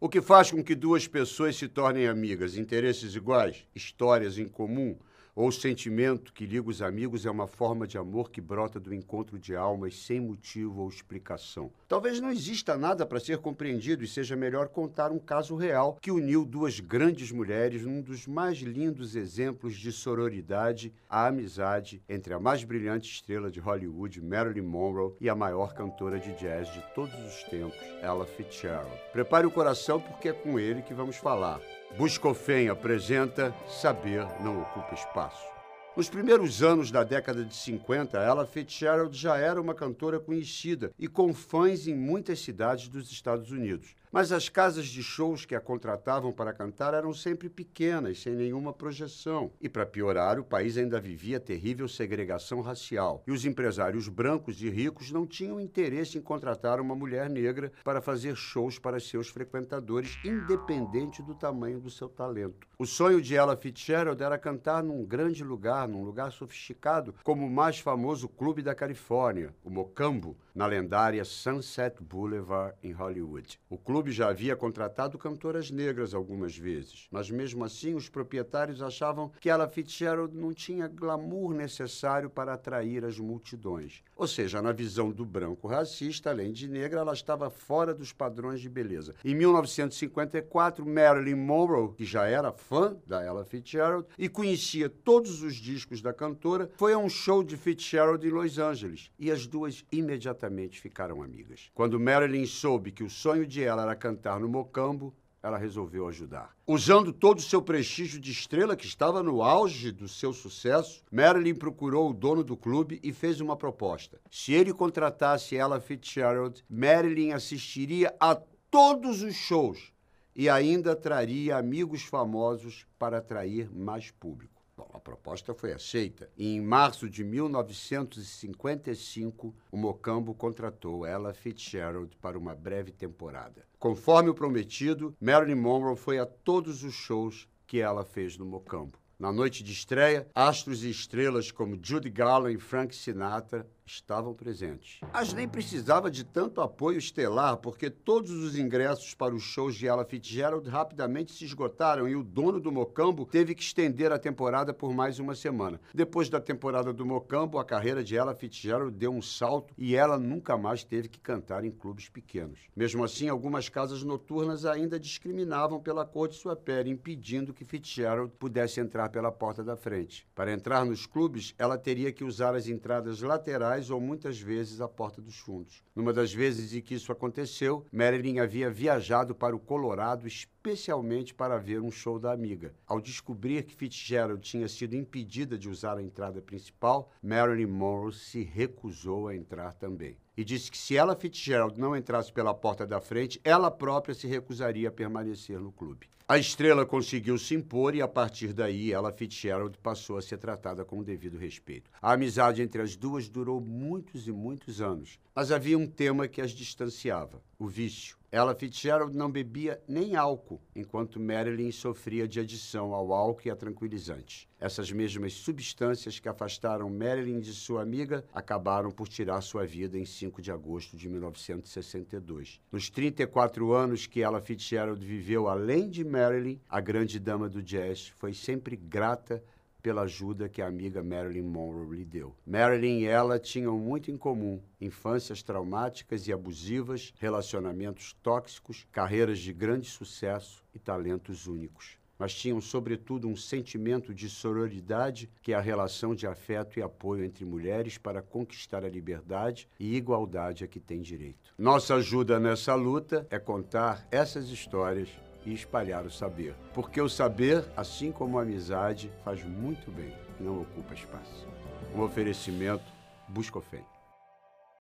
O que faz com que duas pessoas se tornem amigas? Interesses iguais? Histórias em comum? Ou o sentimento que liga os amigos é uma forma de amor que brota do encontro de almas sem motivo ou explicação? Talvez não exista nada para ser compreendido e seja melhor contar um caso real que uniu duas grandes mulheres num dos mais lindos exemplos de sororidade, a amizade entre a mais brilhante estrela de Hollywood, Marilyn Monroe, e a maior cantora de jazz de todos os tempos, Ella Fitzgerald. Prepare o coração porque é com ele que vamos falar. Boscofém apresenta Saber Não Ocupa Espaço. Nos primeiros anos da década de 50, Ella Fitzgerald já era uma cantora conhecida e com fãs em muitas cidades dos Estados Unidos. Mas as casas de shows que a contratavam para cantar eram sempre pequenas, sem nenhuma projeção. E, para piorar, o país ainda vivia terrível segregação racial. E os empresários brancos e ricos não tinham interesse em contratar uma mulher negra para fazer shows para seus frequentadores, independente do tamanho do seu talento. O sonho de Ella Fitzgerald era cantar num grande lugar, num lugar sofisticado, como o mais famoso clube da Califórnia, o Mocambo, na lendária Sunset Boulevard, em Hollywood. O clube já havia contratado cantoras negras algumas vezes, mas mesmo assim os proprietários achavam que Ella Fitzgerald não tinha glamour necessário para atrair as multidões. Ou seja, na visão do branco racista, além de negra, ela estava fora dos padrões de beleza. Em 1954, Marilyn Monroe, que já era fã da Ella Fitzgerald e conhecia todos os discos da cantora, foi a um show de Fitzgerald em Los Angeles e as duas imediatamente ficaram amigas. Quando Marilyn soube que o sonho de ela era cantar no Mocambo, ela resolveu ajudar. Usando todo o seu prestígio de estrela, que estava no auge do seu sucesso, Marilyn procurou o dono do clube e fez uma proposta. Se ele contratasse Ella Fitzgerald, Marilyn assistiria a todos os shows e ainda traria amigos famosos para atrair mais público. Bom, a proposta foi aceita e em março de 1955, o Mocambo contratou Ella Fitzgerald para uma breve temporada. Conforme o prometido, Marilyn Monroe foi a todos os shows que ela fez no Mocambo. Na noite de estreia, astros e estrelas como Judy Garland e Frank Sinatra estavam presentes. Mas nem precisava de tanto apoio estelar, porque todos os ingressos para os shows de Ella Fitzgerald rapidamente se esgotaram e o dono do Mocambo teve que estender a temporada por mais uma semana. Depois da temporada do Mocambo, a carreira de Ella Fitzgerald deu um salto e ela nunca mais teve que cantar em clubes pequenos. Mesmo assim, algumas casas noturnas ainda discriminavam pela cor de sua pele, impedindo que Fitzgerald pudesse entrar pela porta da frente. Para entrar nos clubes, ela teria que usar as entradas laterais ou muitas vezes a porta dos fundos. Numa das vezes em que isso aconteceu, Marilyn havia viajado para o Colorado especialmente para ver um show da amiga. Ao descobrir que Fitzgerald tinha sido impedida de usar a entrada principal, Marilyn Monroe se recusou a entrar também. E disse que se Ella Fitzgerald não entrasse pela porta da frente, ela própria se recusaria a permanecer no clube. A estrela conseguiu se impor e, a partir daí, Ella Fitzgerald passou a ser tratada com o devido respeito. A amizade entre as duas durou muitos e muitos anos, mas havia um tema que as distanciava: o vício. Ella Fitzgerald não bebia nem álcool, enquanto Marilyn sofria de adição ao álcool e a tranquilizantes. Essas mesmas substâncias que afastaram Marilyn de sua amiga acabaram por tirar sua vida em 5 de agosto de 1962. Nos 34 anos que Ella Fitzgerald viveu além de Marilyn, a grande dama do jazz foi sempre grata pela ajuda que a amiga Marilyn Monroe lhe deu. Marilyn e ela tinham muito em comum: infâncias traumáticas e abusivas, relacionamentos tóxicos, carreiras de grande sucesso e talentos únicos. Mas tinham, sobretudo, um sentimento de sororidade, que é a relação de afeto e apoio entre mulheres para conquistar a liberdade e igualdade a que tem direito. Nossa ajuda nessa luta é contar essas histórias e espalhar o saber. Porque o saber, assim como a amizade, faz muito bem e não ocupa espaço. Um oferecimento Boscofém.